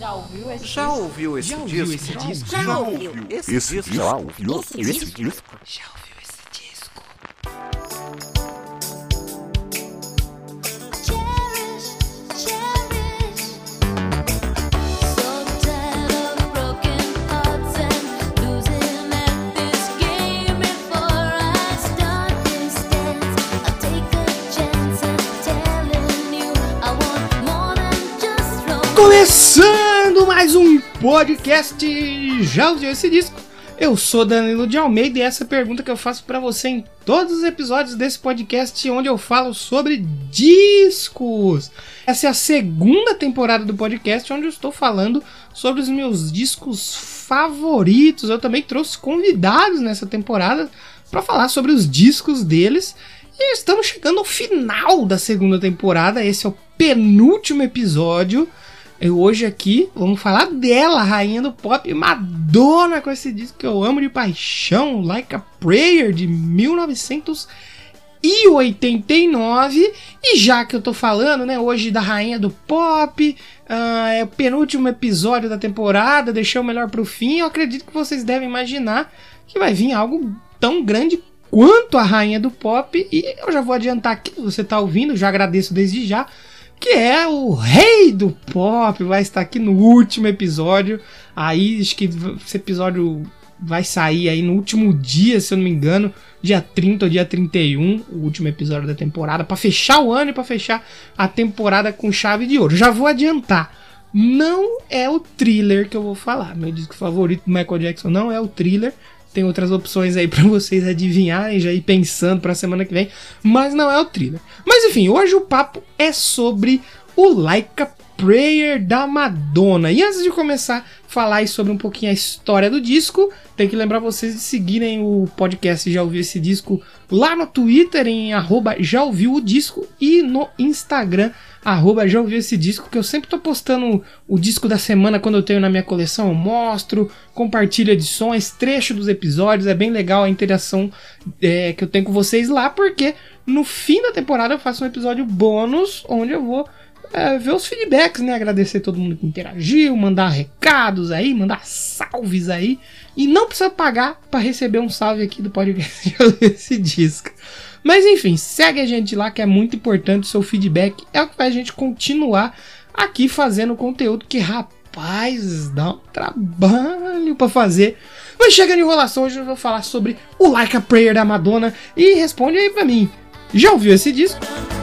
Já ouviu esse Já disco? ouviu esse disco? Já ouviu esse disco? Já ouviu esse disco? Já ouviu esse disco? Começando mais um podcast Já ouviu esse disco? Eu sou Danilo de Almeida e essa é a pergunta que eu faço pra você em todos os episódios desse podcast onde eu falo sobre discos. Essa é a segunda temporada do podcast onde eu estou falando sobre os meus discos favoritos. Eu também trouxe convidados nessa temporada pra falar sobre os discos deles. E estamos chegando ao final da segunda temporada. Esse é o penúltimo episódio. Hoje aqui vamos falar dela, a rainha do pop, Madonna, com esse disco que eu amo de paixão, Like a Prayer, de 1989. E já que eu tô falando, né, hoje da rainha do pop, é o penúltimo episódio da temporada, deixei o melhor pro fim. Eu acredito que vocês devem imaginar que vai vir algo tão grande quanto a rainha do pop. E eu já vou adiantar aqui, você tá ouvindo, já agradeço desde já, que é o rei do pop, vai estar aqui no último episódio. Aí, acho que esse episódio vai sair aí no último dia, se eu não me engano, dia 30 ou dia 31, o último episódio da temporada, para fechar o ano e para fechar a temporada com chave de ouro. Já vou adiantar, não é o Thriller que eu vou falar. Meu disco favorito do Michael Jackson não é o Thriller. Tem outras opções aí pra vocês adivinharem, já ir pensando pra semana que vem, mas não é o Thriller. Mas enfim, hoje o papo é sobre o Like a Prayer da Madonna. E antes de começar a falar aí sobre um pouquinho a história do disco, tem que lembrar vocês de seguirem o podcast Já Ouviu Esse Disco lá no Twitter, em @Já Ouviu o Disco, e no Instagram, @Já Ouviu Esse Disco, que eu sempre tô postando o disco da semana quando eu tenho na minha coleção, eu mostro, compartilho edições, trecho dos episódios, é bem legal a interação que eu tenho com vocês lá, porque no fim da temporada eu faço um episódio bônus, onde eu vou ver os feedbacks, né, agradecer todo mundo que interagiu, mandar recados aí, mandar salves aí, e não precisa pagar pra receber um salve aqui do podcast Já Ouviu Esse Disco. Mas enfim, segue a gente lá, que é muito importante, o seu feedback é o que faz a gente continuar aqui fazendo conteúdo que, rapaz, dá um trabalho pra fazer. Mas chega de enrolação, hoje eu vou falar sobre o Like a Prayer da Madonna. E responde aí pra mim, já ouviu esse disco?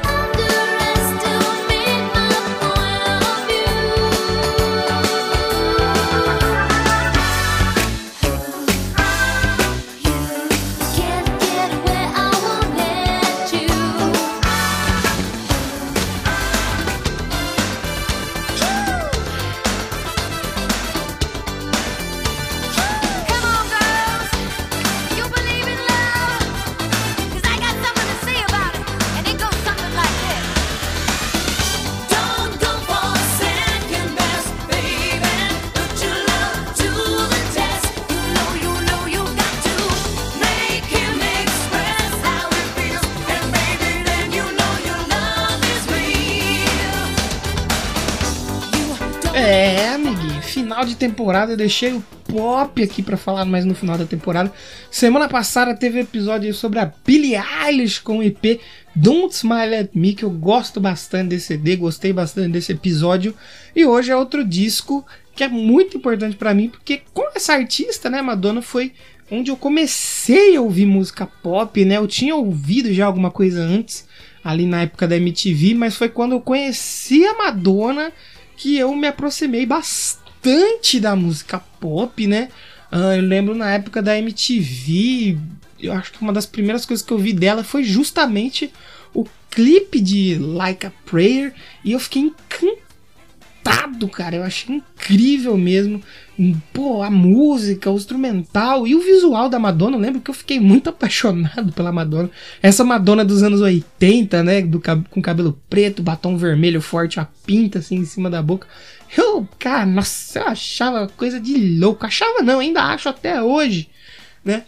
Amiguinho, final de temporada, eu deixei o pop aqui pra falar mais no final da temporada. Semana passada teve episódio sobre a Billie Eilish com o EP Don't Smile At Me, que eu gosto bastante desse CD, gostei bastante desse episódio. E hoje é outro disco que é muito importante pra mim, porque com essa artista, né, Madonna, foi onde eu comecei a ouvir música pop, né? Eu tinha ouvido já alguma coisa antes, ali na época da MTV, mas foi quando eu conheci a Madonna que eu me aproximei bastante da música pop, né? Eu lembro na época da MTV, eu acho que uma das primeiras coisas que eu vi dela foi justamente o clipe de Like a Prayer, e eu fiquei encantado, cara, eu achei incrível mesmo. Pô, a música, o instrumental e o visual da Madonna. Eu lembro que eu fiquei muito apaixonado pela Madonna. Essa Madonna dos anos 80, né, com cabelo preto, batom vermelho forte, a pinta assim em cima da boca. Cara, nossa, eu achava coisa de louco. Achava não, ainda acho até hoje, né?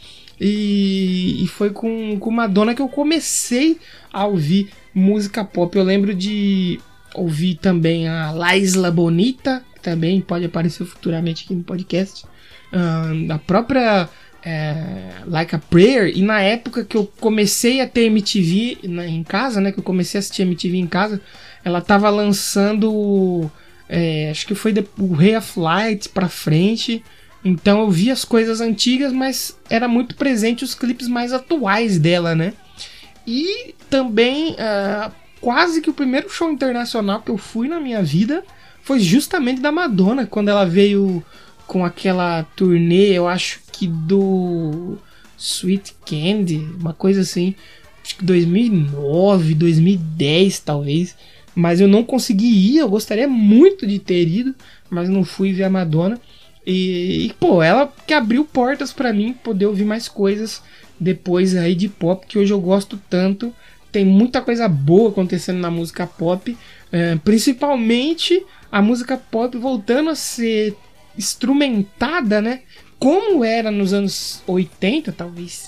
E foi com Madonna que eu comecei a ouvir música pop. Eu lembro de ouvir também a La Isla Bonita, também pode aparecer futuramente aqui no podcast. A própria Like a Prayer. E na época que eu comecei a ter MTV em casa, né? Que eu comecei a assistir MTV em casa, ela tava lançando... acho que foi o Ray of Light pra frente. Então eu vi as coisas antigas, mas era muito presente os clipes mais atuais dela, né? E também quase que o primeiro show internacional que eu fui na minha vida foi justamente da Madonna, quando ela veio com aquela turnê, eu acho que do Sweet Candy, uma coisa assim, acho que 2009, 2010 talvez, mas eu não consegui ir, eu gostaria muito de ter ido, mas não fui ver a Madonna. E pô, ela que abriu portas pra mim poder ouvir mais coisas depois aí de pop, que hoje eu gosto tanto. Tem muita coisa boa acontecendo na música pop, principalmente a música pop voltando a ser instrumentada, né? Como era nos anos 80, talvez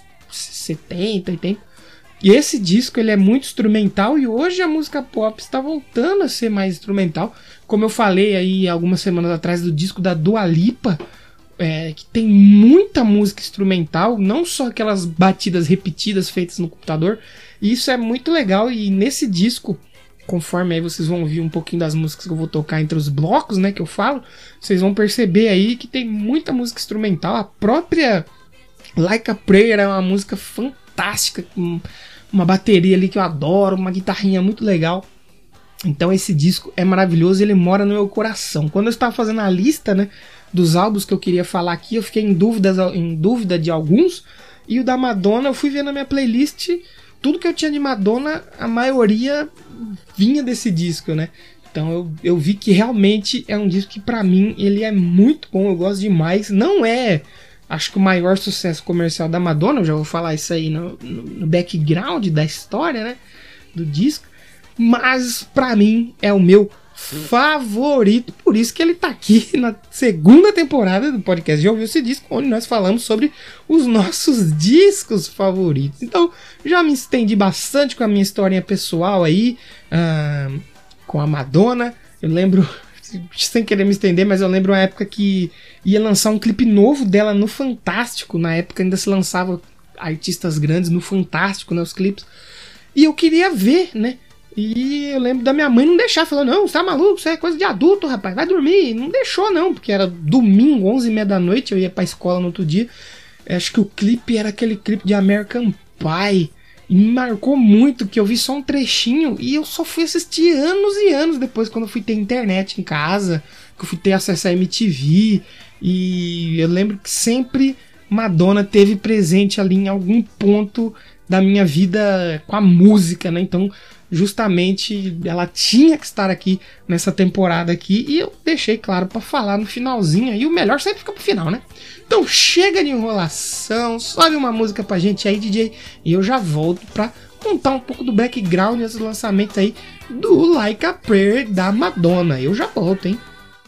70, 80. E esse disco ele é muito instrumental e hoje a música pop está voltando a ser mais instrumental. Como eu falei aí algumas semanas atrás do disco da Dua Lipa, que tem muita música instrumental, não só aquelas batidas repetidas feitas no computador. E isso é muito legal e nesse disco, conforme aí vocês vão ouvir um pouquinho das músicas que eu vou tocar entre os blocos, né, que eu falo, vocês vão perceber aí que tem muita música instrumental. A própria Like a Prayer é uma música fantástica, com uma bateria ali que eu adoro, uma guitarrinha muito legal. Então esse disco é maravilhoso, ele mora no meu coração. Quando eu estava fazendo a lista, né, dos álbuns que eu queria falar aqui, eu fiquei em dúvida de alguns, e o da Madonna eu fui ver na minha playlist. Tudo que eu tinha de Madonna, a maioria vinha desse disco, né? Então eu vi que realmente é um disco que pra mim ele é muito bom, eu gosto demais. Não é, acho que o maior sucesso comercial da Madonna, eu já vou falar isso aí no background da história, né? Do disco. Mas pra mim é o meu favorito, por isso que ele tá aqui na segunda temporada do podcast Já Ouviu Esse Disco, onde nós falamos sobre os nossos discos favoritos. Então já me estendi bastante com a minha historinha pessoal aí, com a Madonna. Eu lembro, sem querer me estender, mas eu lembro uma época que ia lançar um clipe novo dela no Fantástico. Na época ainda se lançava artistas grandes no Fantástico, né, os clipes, e eu queria ver, né? E eu lembro da minha mãe não deixar, falando, não, você tá maluco, isso é coisa de adulto, rapaz, vai dormir. Não deixou não, porque era domingo, 11h30 da noite, eu ia pra escola no outro dia. Acho que o clipe era aquele clipe de American Pie, e me marcou muito, que eu vi só um trechinho, e eu só fui assistir anos e anos depois, quando eu fui ter internet em casa, que eu fui ter acesso a MTV, e eu lembro que sempre Madonna teve presente ali em algum ponto da minha vida com a música, né? Então justamente ela tinha que estar aqui nessa temporada aqui, e eu deixei claro para falar no finalzinho, e o melhor sempre fica pro final, né? Então chega de enrolação, sobe uma música pra gente aí, DJ, e eu já volto pra contar um pouco do background desses lançamentos aí do Like a Prayer da Madonna. Eu já volto, hein?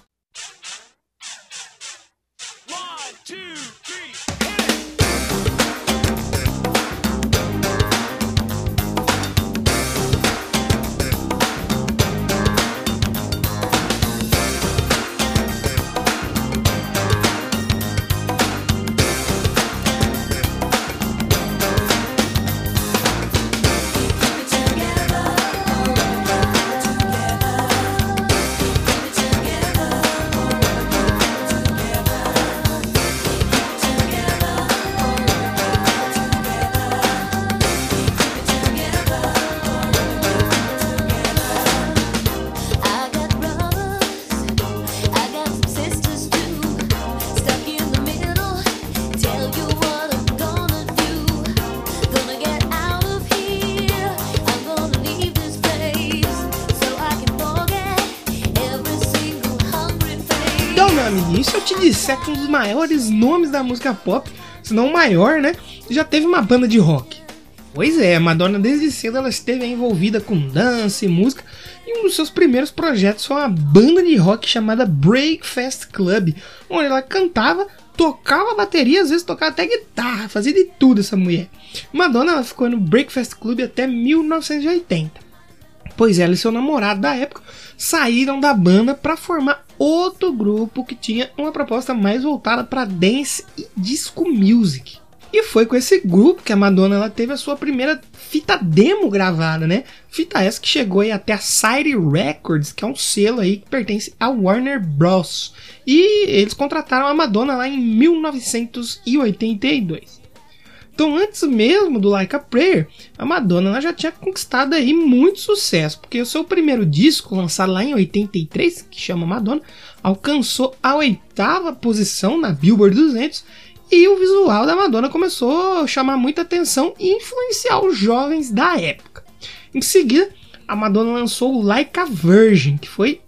Se eu te disser que um dos maiores nomes da música pop, se não o maior, né, já teve uma banda de rock. Pois é, a Madonna desde cedo ela esteve envolvida com dança e música, e um dos seus primeiros projetos foi uma banda de rock chamada Breakfast Club, onde ela cantava, tocava bateria, às vezes tocava até guitarra, fazia de tudo essa mulher. Madonna ela ficou no Breakfast Club até 1980. Pois ela e seu namorado da época saíram da banda para formar outro grupo que tinha uma proposta mais voltada para dance e disco music. E foi com esse grupo que a Madonna ela teve a sua primeira fita demo gravada, né? Fita essa que chegou aí até a Sire Records, que é um selo aí que pertence a Warner Bros. E eles contrataram a Madonna lá em 1982. Então, antes mesmo do Like a Prayer, a Madonna ela já tinha conquistado aí muito sucesso, porque o seu primeiro disco, lançado lá em 83, que chama Madonna, alcançou a 8ª posição na Billboard 200, e o visual da Madonna começou a chamar muita atenção e influenciar os jovens da época. Em seguida, a Madonna lançou o Like a Virgin, que foi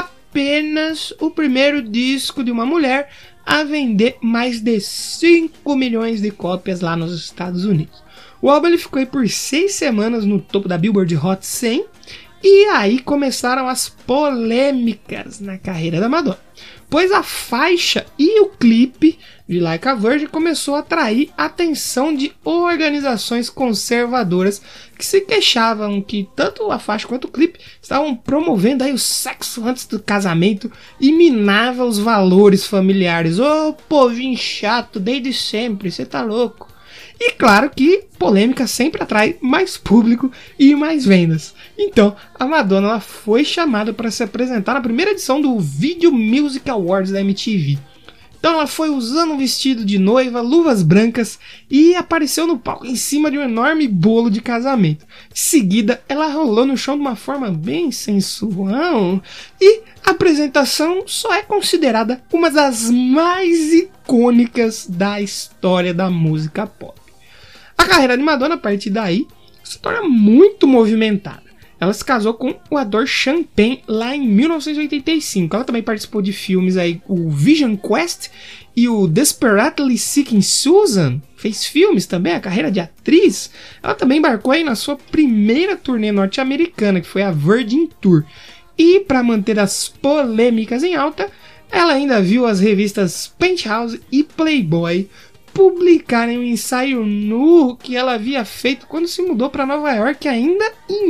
apenas o primeiro disco de uma mulher a vender mais de 5 milhões de cópias lá nos Estados Unidos. O álbum ele ficou aí por 6 semanas no topo da Billboard Hot 100, e aí começaram as polêmicas na carreira da Madonna, pois a faixa e o clipe de Like a Virgin começou a atrair a atenção de organizações conservadoras que se queixavam que tanto a faixa quanto o clipe estavam promovendo aí o sexo antes do casamento e minava os valores familiares. Ô, povinho chato, desde sempre, você tá louco. E claro que polêmica sempre atrai mais público e mais vendas. Então, a Madonna ela foi chamada para se apresentar na primeira edição do Video Music Awards da MTV. Então ela foi usando um vestido de noiva, luvas brancas e apareceu no palco em cima de um enorme bolo de casamento. Em seguida, ela rolou no chão de uma forma bem sensual e a apresentação só é considerada uma das mais icônicas da história da música pop. A carreira de Madonna, a partir daí, se torna muito movimentada. Ela se casou com o ator Sean Penn lá em 1985. Ela também participou de filmes aí, o Vision Quest e o Desperately Seeking Susan. Fez filmes também, a carreira de atriz. Ela também embarcou aí na sua primeira turnê norte-americana, que foi a Virgin Tour. E para manter as polêmicas em alta, ela ainda viu as revistas Penthouse e Playboy publicarem um ensaio nu que ela havia feito quando se mudou para Nova York, ainda em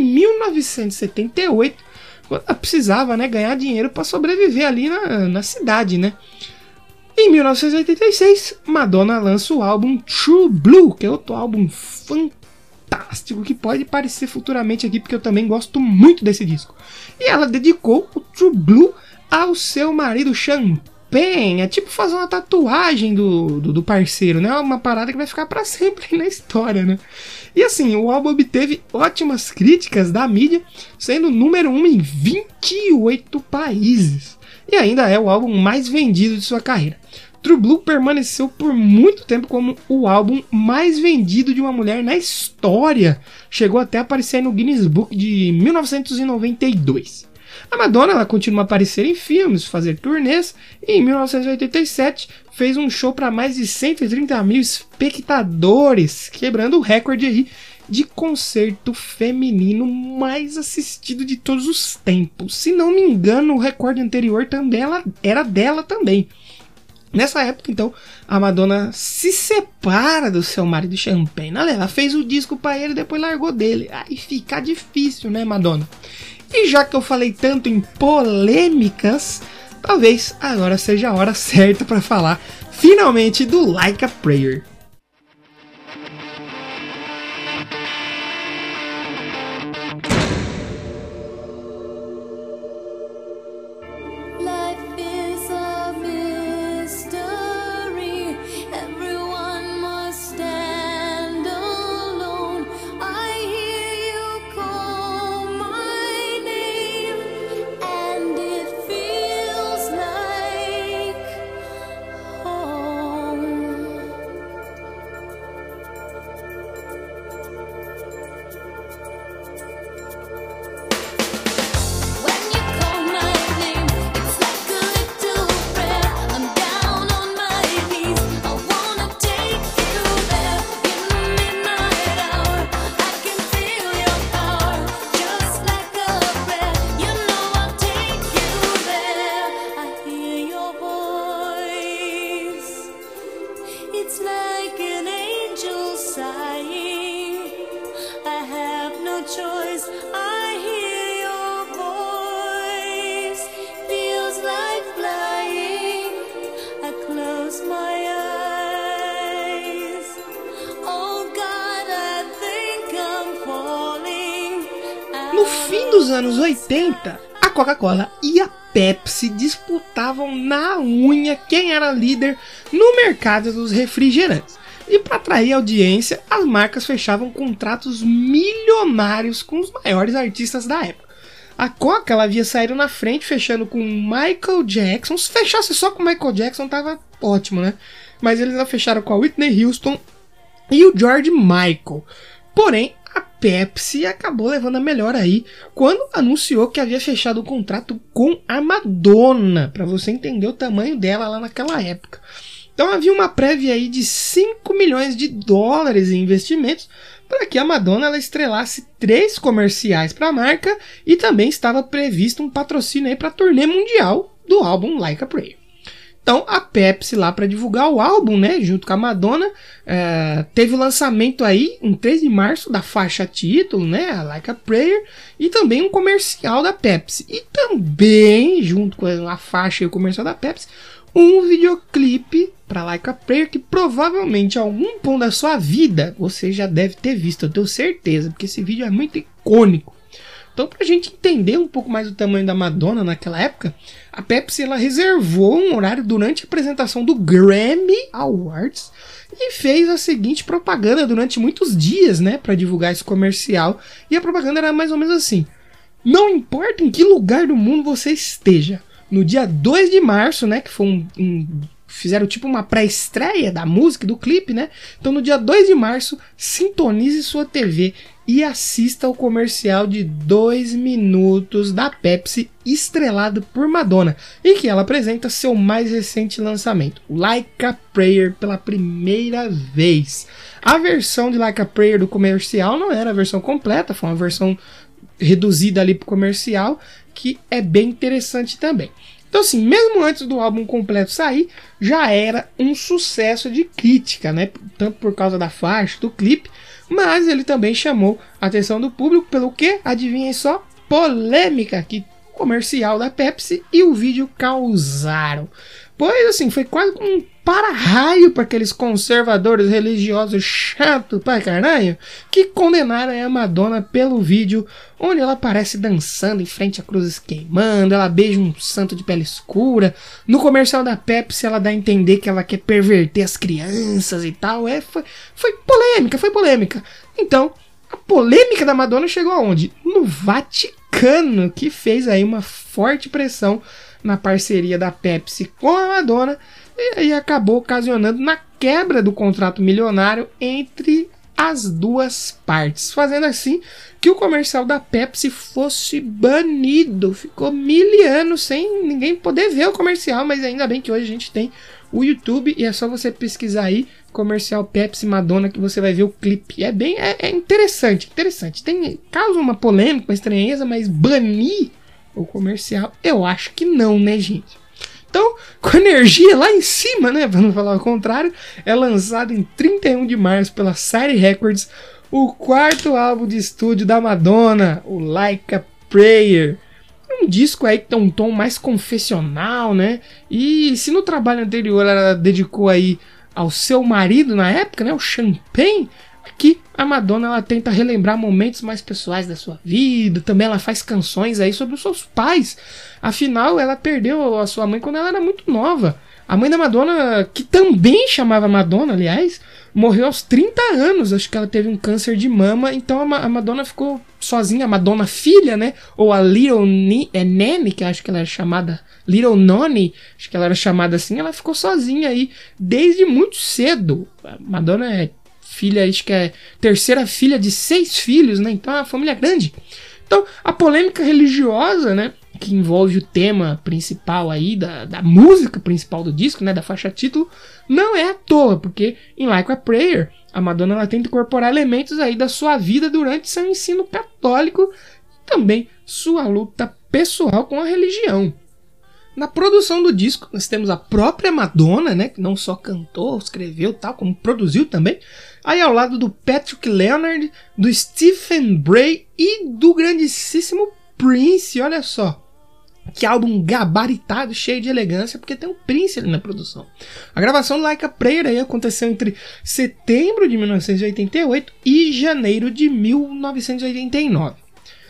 1978, quando ela precisava, né, ganhar dinheiro para sobreviver ali na cidade, né? Em 1986, Madonna lança o álbum True Blue, que é outro álbum fantástico que pode aparecer futuramente aqui, porque eu também gosto muito desse disco. E ela dedicou o True Blue ao seu marido Sean Penn. É tipo fazer uma tatuagem do parceiro, né? Uma parada que vai ficar pra sempre na história, né? E assim, o álbum obteve ótimas críticas da mídia, sendo número 1 em 28 países. E ainda é o álbum mais vendido de sua carreira. True Blue permaneceu por muito tempo como o álbum mais vendido de uma mulher na história. Chegou até a aparecer no Guinness Book de 1992. A Madonna ela continua a aparecer em filmes, fazer turnês, e em 1987 fez um show para mais de 130 mil espectadores, quebrando o recorde aí de concerto feminino mais assistido de todos os tempos. Se não me engano, o recorde anterior também era dela também. Nessa época, então, a Madonna se separa do seu marido Sean Penn. Ela fez o disco para ele e depois largou dele. Aí fica difícil, né, Madonna? E já que eu falei tanto em polêmicas, talvez agora seja a hora certa para falar finalmente do Like a Prayer. dos anos 80, a Coca-Cola e a Pepsi disputavam na unha quem era líder no mercado dos refrigerantes. E para atrair audiência, as marcas fechavam contratos milionários com os maiores artistas da época. A Coca ela havia saído na frente, fechando com Michael Jackson. Se fechasse só com Michael Jackson, tava ótimo, né? Mas eles já fecharam com a Whitney Houston e o George Michael. Porém, a Pepsi acabou levando a melhor aí quando anunciou que havia fechado o contrato com a Madonna, para você entender o tamanho dela lá naquela época. Então havia uma prévia aí de 5 milhões de dólares em investimentos para que a Madonna ela estrelasse 3 comerciais para a marca e também estava previsto um patrocínio aí para a turnê mundial do álbum Like a Prayer. Então a Pepsi lá para divulgar o álbum, né, junto com a Madonna, teve o lançamento aí em 3 de março da faixa título, né, a Like a Prayer, e também um comercial da Pepsi. E também, junto com a faixa e o comercial da Pepsi, um videoclipe para Like a Prayer que provavelmente em algum ponto da sua vida você já deve ter visto, eu tenho certeza, porque esse vídeo é muito icônico. Então, para a gente entender um pouco mais o tamanho da Madonna naquela época, a Pepsi ela reservou um horário durante a apresentação do Grammy Awards e fez a seguinte propaganda durante muitos dias, né, para divulgar esse comercial. E a propaganda era mais ou menos assim: não importa em que lugar do mundo você esteja, no dia 2 de março, né, que foi fizeram tipo uma pré-estreia da música, do clipe, né? Então no dia 2 de março, sintonize sua TV e assista ao comercial de 2 minutos da Pepsi, estrelado por Madonna, e que ela apresenta seu mais recente lançamento, Like a Prayer, pela primeira vez. A versão de Like a Prayer do comercial não era a versão completa, foi uma versão reduzida ali pro comercial, que é bem interessante também. Então assim, mesmo antes do álbum completo sair, já era um sucesso de crítica, né? Tanto por causa da faixa, do clipe, mas ele também chamou a atenção do público pelo que, adivinhem só, polêmica que o comercial da Pepsi e o vídeo causaram. Pois assim, foi quase um para-raio para aqueles conservadores religiosos chato pra caralho que condenaram a Madonna pelo vídeo onde ela aparece dançando em frente a cruzes queimando, ela beija um santo de pele escura. No comercial da Pepsi ela dá a entender que ela quer perverter as crianças e tal. Foi polêmica. Então, a polêmica da Madonna chegou aonde? No Vaticano, que fez aí uma forte pressão na parceria da Pepsi com a Madonna e aí acabou ocasionando na quebra do contrato milionário entre as duas partes, fazendo assim que o comercial da Pepsi fosse banido. Ficou 1000 anos sem ninguém poder ver o comercial, mas ainda bem que hoje a gente tem o YouTube e é só você pesquisar aí comercial Pepsi Madonna que você vai ver o clipe. É interessante. Causa uma polêmica, uma estranheza, mas banir o comercial, eu acho que não, né, gente? Então, com energia lá em cima, né, para não falar o contrário, é lançado em 31 de março pela Sire Records o 4º álbum de estúdio da Madonna, o Like a Prayer. Um disco aí que tem um tom mais confessional, né? E se no trabalho anterior ela dedicou aí ao seu marido na época, né, o Champagne, aqui a Madonna ela tenta relembrar momentos mais pessoais da sua vida. Também ela faz canções aí sobre os seus pais. Afinal, ela perdeu a sua mãe quando ela era muito nova. A mãe da Madonna, que também chamava Madonna, aliás, morreu aos 30 anos. Acho que ela teve um câncer de mama. Então a Madonna ficou sozinha. A Madonna filha, né? Ou a Little Nanny, que acho que ela era chamada Little Nonny, acho que ela era chamada assim. Ela ficou sozinha aí desde muito cedo. A Madonna é filha, acho que é terceira filha de 6 filhos, né? Então é uma família grande. Então a polêmica religiosa, né, que envolve o tema principal aí da música principal do disco, né, da faixa título, não é à toa, porque em Like a Prayer a Madonna ela tenta incorporar elementos aí da sua vida durante seu ensino católico e também sua luta pessoal com a religião. Na produção do disco, nós temos a própria Madonna, né, que não só cantou, escreveu tal, como produziu também. Aí ao lado do Patrick Leonard, do Stephen Bray e do grandíssimo Prince, olha só. Que álbum gabaritado, cheio de elegância, porque tem um Prince ali na produção. A gravação do Like a Prayer aí aconteceu entre setembro de 1988 e janeiro de 1989.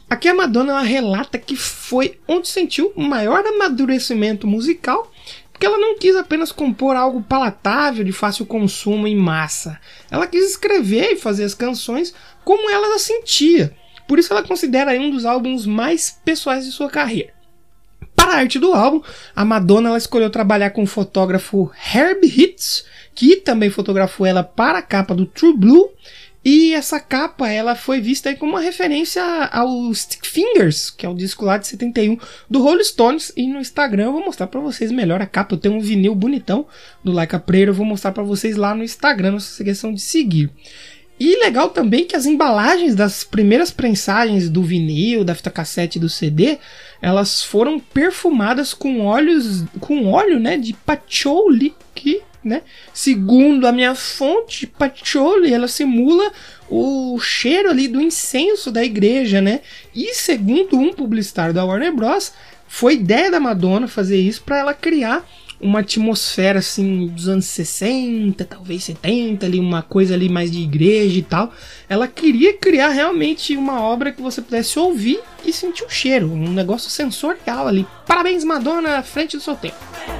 Aqui a Madonna ela relata que foi onde sentiu o maior amadurecimento musical, porque ela não quis apenas compor algo palatável de fácil consumo em massa. Ela quis escrever e fazer as canções como ela as sentia. Por isso ela considera um dos álbuns mais pessoais de sua carreira. Para a arte do álbum, a Madonna ela escolheu trabalhar com o fotógrafo Herb Hitz, que também fotografou ela para a capa do True Blue. E essa capa ela foi vista aí como uma referência ao Stick Fingers, que é o disco lá de 71 do Rolling Stones. E no Instagram eu vou mostrar pra vocês melhor a capa. Eu tenho um vinil bonitão do Like a Prayer, eu vou mostrar pra vocês lá no Instagram, não se esqueçam de seguir. E legal também que as embalagens das primeiras prensagens do vinil, da fita cassete e do CD, elas foram perfumadas com óleo, né, de patchouli, que, né, segundo a minha fonte, patchouli, ela simula o cheiro ali do incenso da igreja, né? E segundo um publicitário da Warner Bros, foi ideia da Madonna fazer isso para ela criar uma atmosfera assim dos anos 60, talvez 70, ali, uma coisa ali mais de igreja e tal. Ela queria criar realmente uma obra que você pudesse ouvir e sentir o cheiro, um negócio sensorial ali. Parabéns, Madonna, à frente do seu tempo.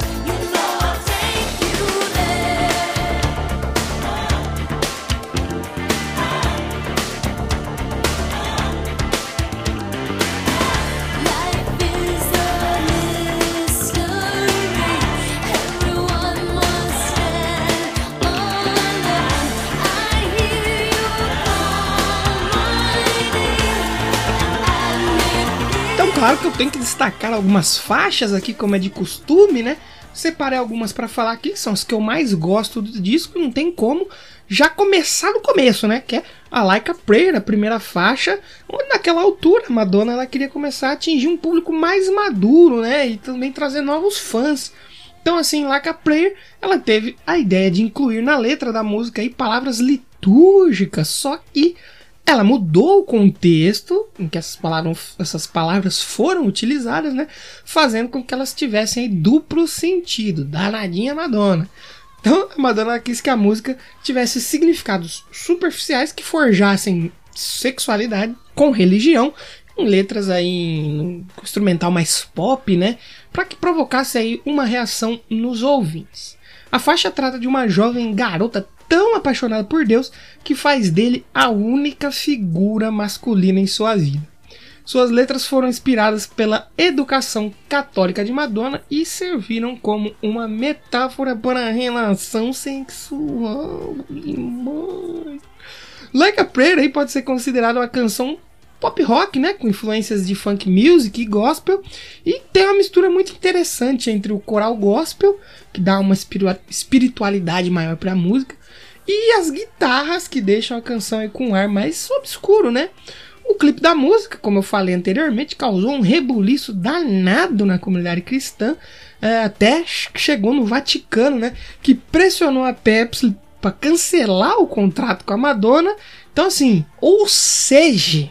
Claro que eu tenho que destacar algumas faixas aqui, como é de costume, né? Separei algumas para falar aqui, que são as que eu mais gosto do disco, não tem como já começar no começo, né? Que é a Like a Prayer, a primeira faixa, onde naquela altura a Madonna ela queria começar a atingir um público mais maduro, né? E também trazer novos fãs. Então, assim, Like a Prayer, ela teve a ideia de incluir na letra da música aí palavras litúrgicas, só que ela mudou o contexto em que essas palavras foram utilizadas, né? Fazendo com que elas tivessem aí duplo sentido. Danadinha Madonna. Então a Madonna quis que a música tivesse significados superficiais que forjassem sexualidade com religião, em letras aí no instrumental mais pop, né? Para que provocasse aí uma reação nos ouvintes. A faixa trata de uma jovem garota tão apaixonada por Deus que faz dele a única figura masculina em sua vida. Suas letras foram inspiradas pela educação católica de Madonna e serviram como uma metáfora para a relação sexual. Like a Prayer aí pode ser considerada uma canção pop rock, né, com influências de funk music e gospel, e tem uma mistura muito interessante entre o coral gospel, que dá uma espiritualidade maior para a música, e as guitarras que deixam a canção aí com um ar mais obscuro, né? O clipe da música, como eu falei anteriormente, causou um rebuliço danado na comunidade cristã, até chegou no Vaticano, né, que pressionou a Pepsi para cancelar o contrato com a Madonna. Então, assim, ou seja,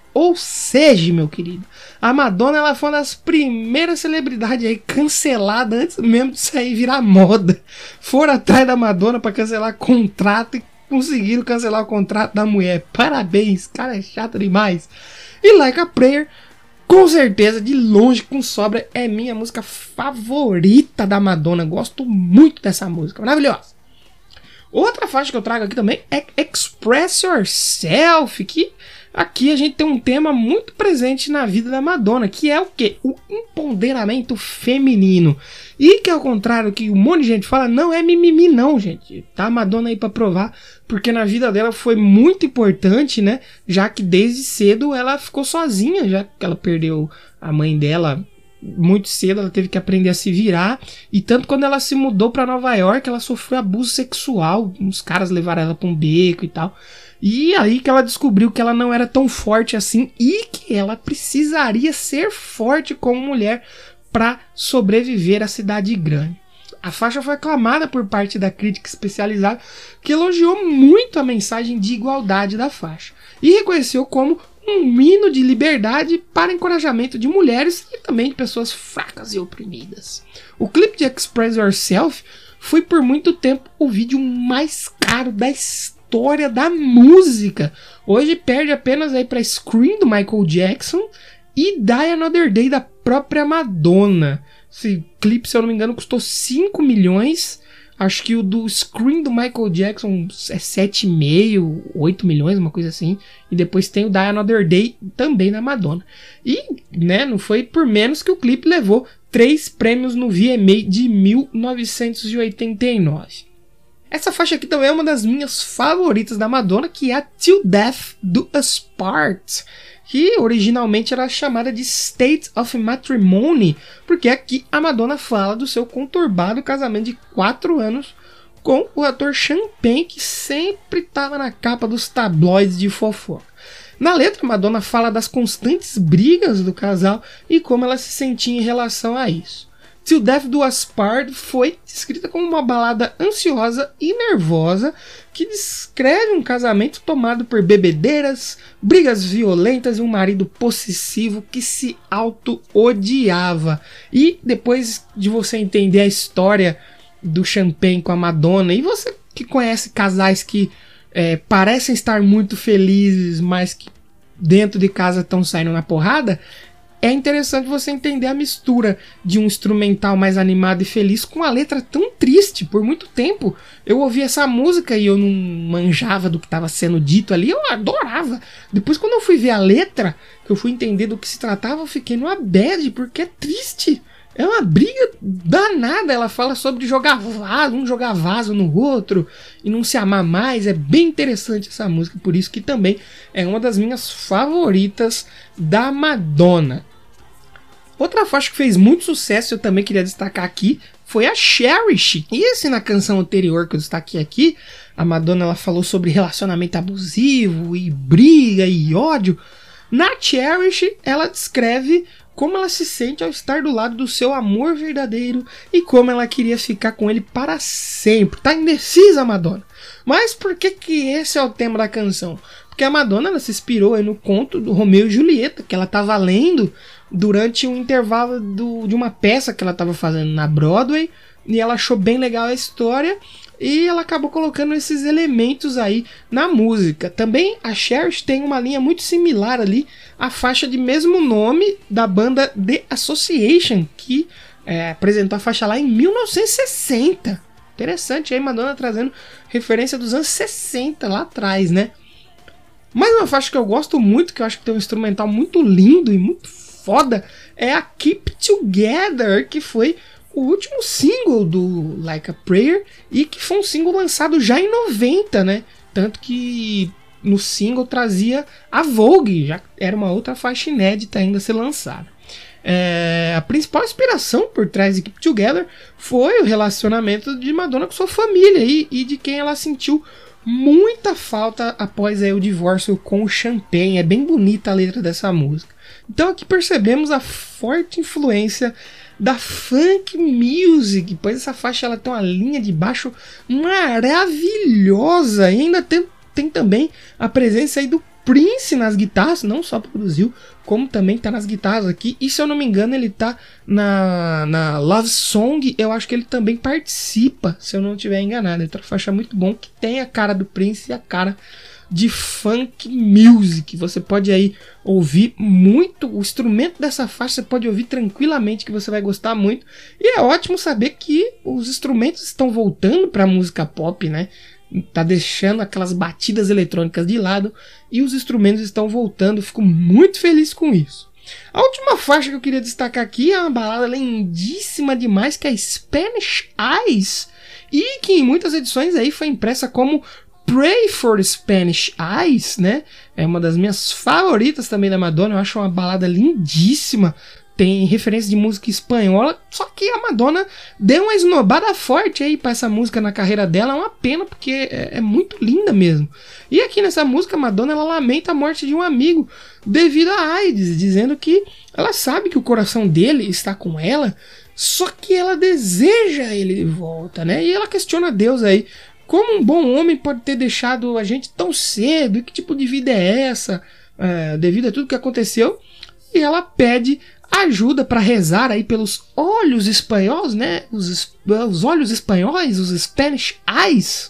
meu querido, a Madonna ela foi uma das primeiras celebridades aí cancelada antes mesmo de sair virar moda. Foram atrás da Madonna para cancelar contrato e conseguiram cancelar o contrato da mulher. Parabéns, cara, é chato demais. E Like a Prayer, com certeza, de longe, com sobra, é minha música favorita da Madonna. Gosto muito dessa música, maravilhosa. Outra faixa que eu trago aqui também é Express Yourself, que aqui a gente tem um tema muito presente na vida da Madonna, que é o quê? O empoderamento feminino. E que ao contrário que um monte de gente fala, não é mimimi não, gente. Tá a Madonna aí pra provar, porque na vida dela foi muito importante, né? Já que desde cedo ela ficou sozinha, já que ela perdeu a mãe dela muito cedo, ela teve que aprender a se virar, e tanto quando ela se mudou pra Nova York, ela sofreu abuso sexual, uns caras levaram ela pra um beco e tal, e aí que ela descobriu que ela não era tão forte assim, e que ela precisaria ser forte como mulher pra sobreviver à cidade grande. A faixa foi aclamada por parte da crítica especializada, que elogiou muito a mensagem de igualdade da faixa, e reconheceu como um hino de liberdade para encorajamento de mulheres e também de pessoas fracas e oprimidas. O clipe de Express Yourself foi por muito tempo o vídeo mais caro da história história da música. Hoje perde apenas aí para Scream do Michael Jackson e Die Another Day da própria Madonna. Esse clipe, se eu não me engano, custou 5 milhões. Acho que o do Scream do Michael Jackson é 7,5, 8 milhões, uma coisa assim. E depois tem o Die Another Day também da Madonna. E, né, não foi por menos que o clipe levou 3 prêmios no VMA de 1989. Essa faixa aqui também é uma das minhas favoritas da Madonna, que é a Till Death Do Us Part, que originalmente era chamada de State of Matrimony, porque aqui a Madonna fala do seu conturbado casamento de 4 anos com o ator Sean Penn, que sempre estava na capa dos tabloides de fofoca. Na letra, Madonna fala das constantes brigas do casal e como ela se sentia em relação a isso. Till Death Do Us Part foi descrita como uma balada ansiosa e nervosa que descreve um casamento tomado por bebedeiras, brigas violentas e um marido possessivo que se auto-odiava. E depois de você entender a história do Sean Penn com a Madonna, e você que conhece casais que parecem estar muito felizes, mas que dentro de casa estão saindo na porrada, é interessante você entender a mistura de um instrumental mais animado e feliz com a letra tão triste. Por muito tempo eu ouvia essa música e eu não manjava do que estava sendo dito ali, eu adorava. Depois, quando eu fui ver a letra, que eu fui entender do que se tratava, eu fiquei numa bad, porque é triste. É uma briga danada. Ela fala sobre jogar vaso, um jogar vaso no outro e não se amar mais. É bem interessante essa música, por isso que também é uma das minhas favoritas da Madonna. Outra faixa que fez muito sucesso, eu também queria destacar aqui, foi a Cherish. E esse, na canção anterior que eu destaquei aqui, a Madonna ela falou sobre relacionamento abusivo e briga e ódio. Na Cherish, ela descreve como ela se sente ao estar do lado do seu amor verdadeiro e como ela queria ficar com ele para sempre. Tá indecisa, Madonna. Mas por que esse é o tema da canção? Porque a Madonna ela se inspirou aí no conto do Romeu e Julieta, que ela estava lendo durante um intervalo de uma peça que ela estava fazendo na Broadway, e ela achou bem legal a história e ela acabou colocando esses elementos aí na música. Também a Cherish tem uma linha muito similar ali à faixa de mesmo nome da banda The Association, que apresentou a faixa lá em 1960. Interessante aí, Madonna trazendo referência dos anos 60 lá atrás, né? Mais uma faixa que eu gosto muito, que eu acho que tem um instrumental muito lindo e muito foda, é a Keep Together, que foi o último single do Like a Prayer e que foi um single lançado já em 90, né? Tanto que no single trazia a Vogue, já era uma outra faixa inédita ainda a ser lançada. A principal inspiração por trás de Keep Together foi o relacionamento de Madonna com sua família e de quem ela sentiu muita falta após o divórcio com o Sean Penn. É bem bonita a letra dessa música. Então aqui percebemos a forte influência da funk music, pois essa faixa ela tem uma linha de baixo maravilhosa e ainda tem também a presença aí do Prince nas guitarras, não só produziu, como também tá nas guitarras aqui, e se eu não me engano ele tá na Love Song, eu acho que ele também participa, se eu não estiver enganado. É outra faixa muito bom que tem a cara do Prince e a cara de funk music. Você pode aí ouvir muito o instrumento dessa faixa, você pode ouvir tranquilamente que você vai gostar muito, e é ótimo saber que os instrumentos estão voltando para a música pop, né? Tá deixando aquelas batidas eletrônicas de lado e os instrumentos estão voltando. Fico muito feliz com isso. A última faixa que eu queria destacar aqui é uma balada lindíssima demais, que é Spanish Eyes, e que em muitas edições aí foi impressa como Pray for Spanish Eyes, né? É uma das minhas favoritas também da Madonna. Eu acho uma balada lindíssima. Tem referência de música espanhola, só que a Madonna deu uma esnobada forte aí pra essa música na carreira dela. É uma pena, porque é muito linda mesmo. E aqui nessa música, a Madonna ela lamenta a morte de um amigo devido à AIDS, dizendo que ela sabe que o coração dele está com ela, só que ela deseja ele de volta, né? E ela questiona Deus aí. Como um bom homem pode ter deixado a gente tão cedo? E que tipo de vida é essa? Devido a tudo que aconteceu. E ela pede ajuda para rezar aí pelos olhos espanhóis, né? Os olhos espanhóis, os Spanish Eyes.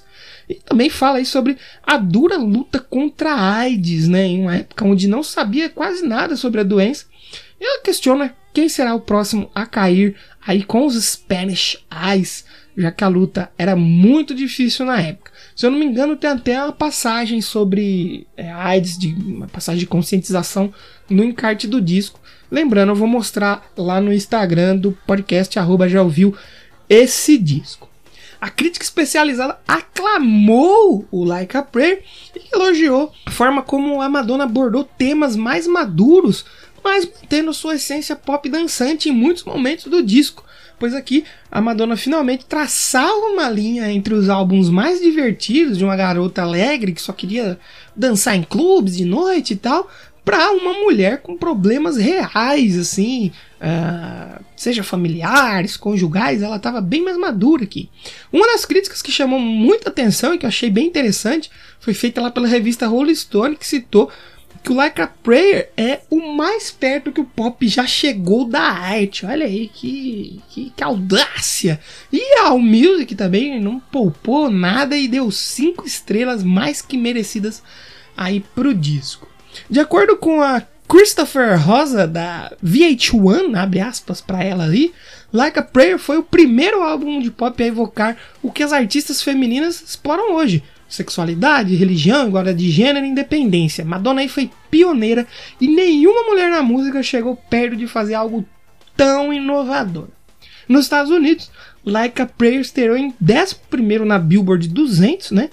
E também fala aí sobre a dura luta contra a AIDS, né, em uma época onde não sabia quase nada sobre a doença. E ela questiona quem será o próximo a cair aí com os Spanish Eyes, já que a luta era muito difícil na época. Se eu não me engano, tem até uma passagem sobre AIDS, uma passagem de conscientização no encarte do disco. Lembrando, eu vou mostrar lá no Instagram do podcast @jaouviu esse disco. A crítica especializada aclamou o Like a Prayer e elogiou a forma como a Madonna abordou temas mais maduros, mas mantendo sua essência pop dançante em muitos momentos do disco, pois aqui a Madonna finalmente traçava uma linha entre os álbuns mais divertidos de uma garota alegre que só queria dançar em clubes de noite e tal, para uma mulher com problemas reais, assim, seja familiares, conjugais. Ela estava bem mais madura aqui. Uma das críticas que chamou muita atenção e que eu achei bem interessante foi feita lá pela revista Rolling Stone, que citou que o Like a Prayer é o mais perto que o pop já chegou da arte. Olha aí, que audácia! E a AllMusic também não poupou nada e deu 5 estrelas mais que merecidas aí pro disco. De acordo com a Christopher Rosa, da VH1, abre aspas para ela ali, Like a Prayer foi o primeiro álbum de pop a evocar o que as artistas femininas exploram hoje: sexualidade, religião, igualdade de gênero e independência. Madonna aí foi pioneira e nenhuma mulher na música chegou perto de fazer algo tão inovador. Nos Estados Unidos, Like a Prayer estreou em 11º na Billboard 200, né?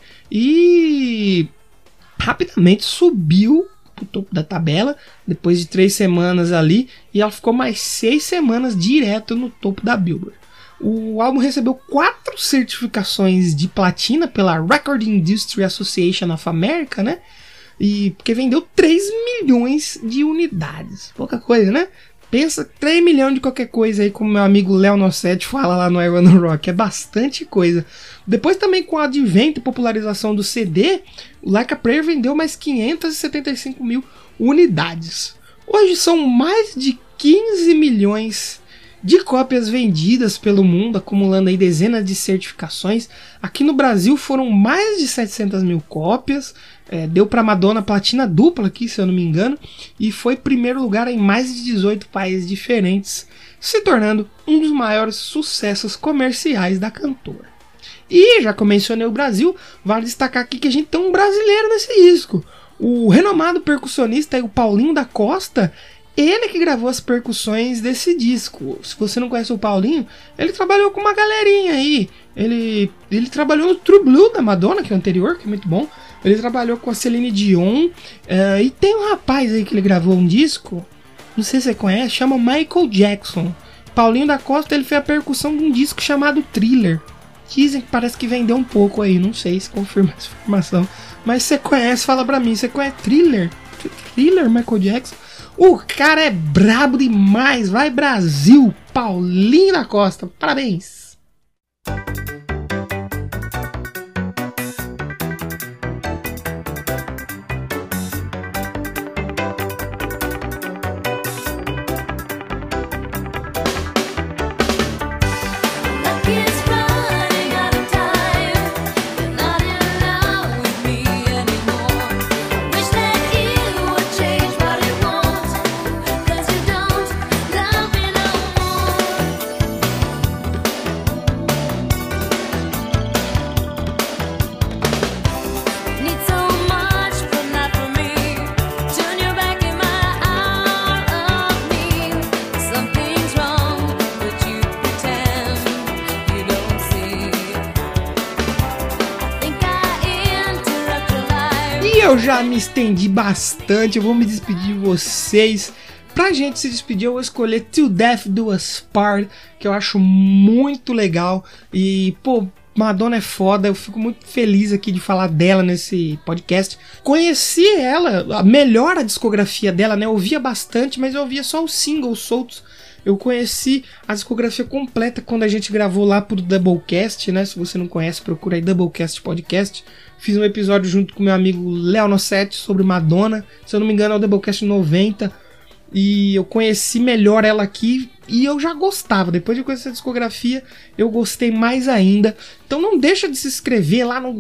E rapidamente subiu pro topo da tabela, depois de 3 semanas ali, e ela ficou mais 6 semanas direto no topo da Billboard. O álbum recebeu 4 certificações de platina pela Record Industry Association of America, né? E porque vendeu 3 milhões de unidades. Pouca coisa, né? Pensa 3 milhões de qualquer coisa aí, como meu amigo Léo Nossetti fala lá no I Wanna Rock. É bastante coisa. Depois também, com o advento e popularização do CD, o Like a Prayer vendeu mais 575 mil unidades. Hoje são mais de 15 milhões de cópias vendidas pelo mundo, acumulando aí dezenas de certificações. Aqui no Brasil foram mais de 700 mil cópias. Deu para Madonna platina dupla aqui, se eu não me engano, e foi primeiro lugar em mais de 18 países diferentes, se tornando um dos maiores sucessos comerciais da cantora. E já que eu mencionei o Brasil, vale destacar aqui que a gente tem um brasileiro nesse disco. O renomado percussionista, o Paulinho da Costa, ele que gravou as percussões desse disco. Se você não conhece o Paulinho, ele trabalhou com uma galerinha aí. Ele trabalhou no True Blue da Madonna, que é o anterior, que é muito bom. Ele trabalhou com a Celine Dion. E tem um rapaz aí que ele gravou um disco, não sei se você conhece, chama Michael Jackson. Paulinho da Costa, ele fez a percussão de um disco chamado Thriller. Dizem que parece que vendeu um pouco aí, não sei se confirma essa informação. Mas você conhece, fala pra mim, você conhece Thriller? Thriller, Michael Jackson? O cara é brabo demais, vai Brasil, Paulinho da Costa, parabéns! Eu já me estendi bastante, eu vou me despedir de vocês. Pra gente se despedir, eu vou escolher Till Death Do Us Part, que eu acho muito legal. E, pô, Madonna é foda, eu fico muito feliz aqui de falar dela nesse podcast. Conheci ela, melhor a discografia dela, né? Eu ouvia bastante, mas eu ouvia só os singles soltos. Eu conheci a discografia completa quando a gente gravou lá pro Doublecast, né? Se você não conhece, procura aí Doublecast Podcast. Fiz um episódio junto com meu amigo Léo Nossetti sobre Madonna. Se eu não me engano é o Doublecast 90. E eu conheci melhor ela aqui e eu já gostava. Depois de conhecer a discografia, eu gostei mais ainda. Então não deixa de se inscrever lá no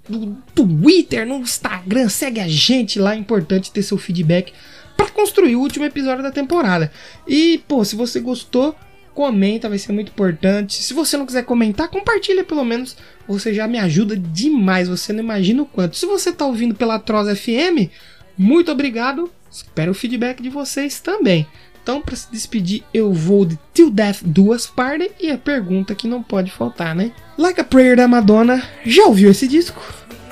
no Twitter, no Instagram, segue a gente lá, é importante ter seu feedback para construir o último episódio da temporada. E, pô, se você gostou, comenta, vai ser muito importante. Se você não quiser comentar, compartilha pelo menos, você já me ajuda demais, você não imagina o quanto. Se você tá ouvindo pela Troz FM, muito obrigado, espero o feedback de vocês também. Então, para se despedir, eu vou de Till Death Do Us Part e a pergunta que não pode faltar, né? Like a Prayer da Madonna, já ouviu esse disco?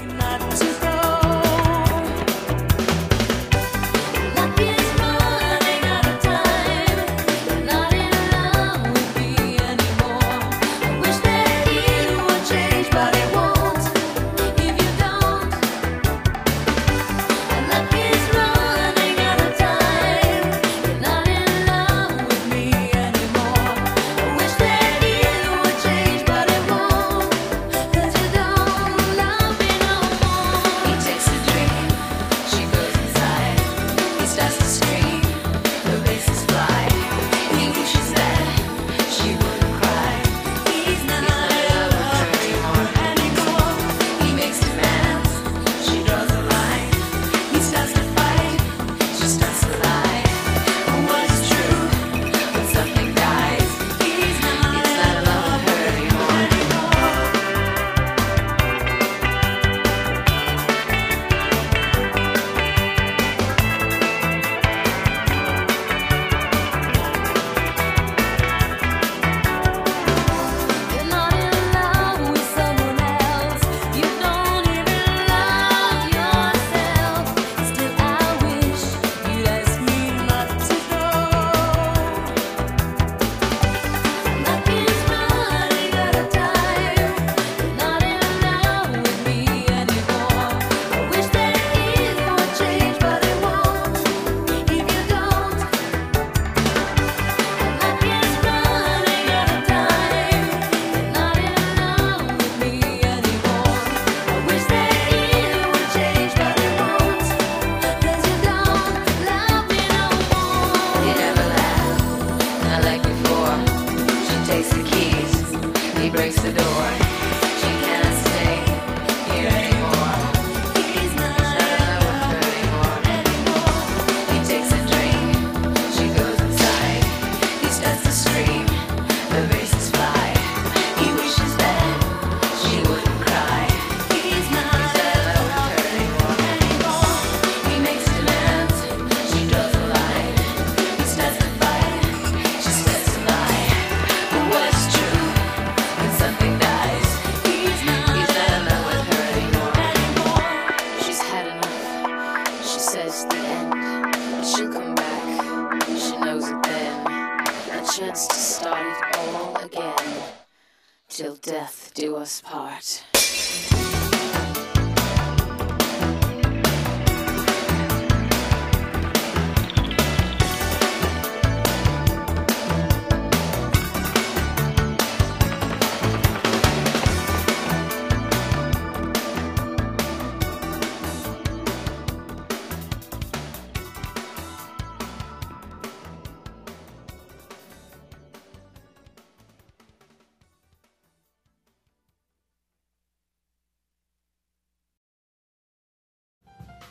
Till death do us part.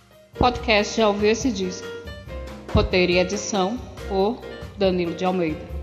Podcast Já Ouviu Esse Disco? Roteiro e edição por Danilo de Almeida.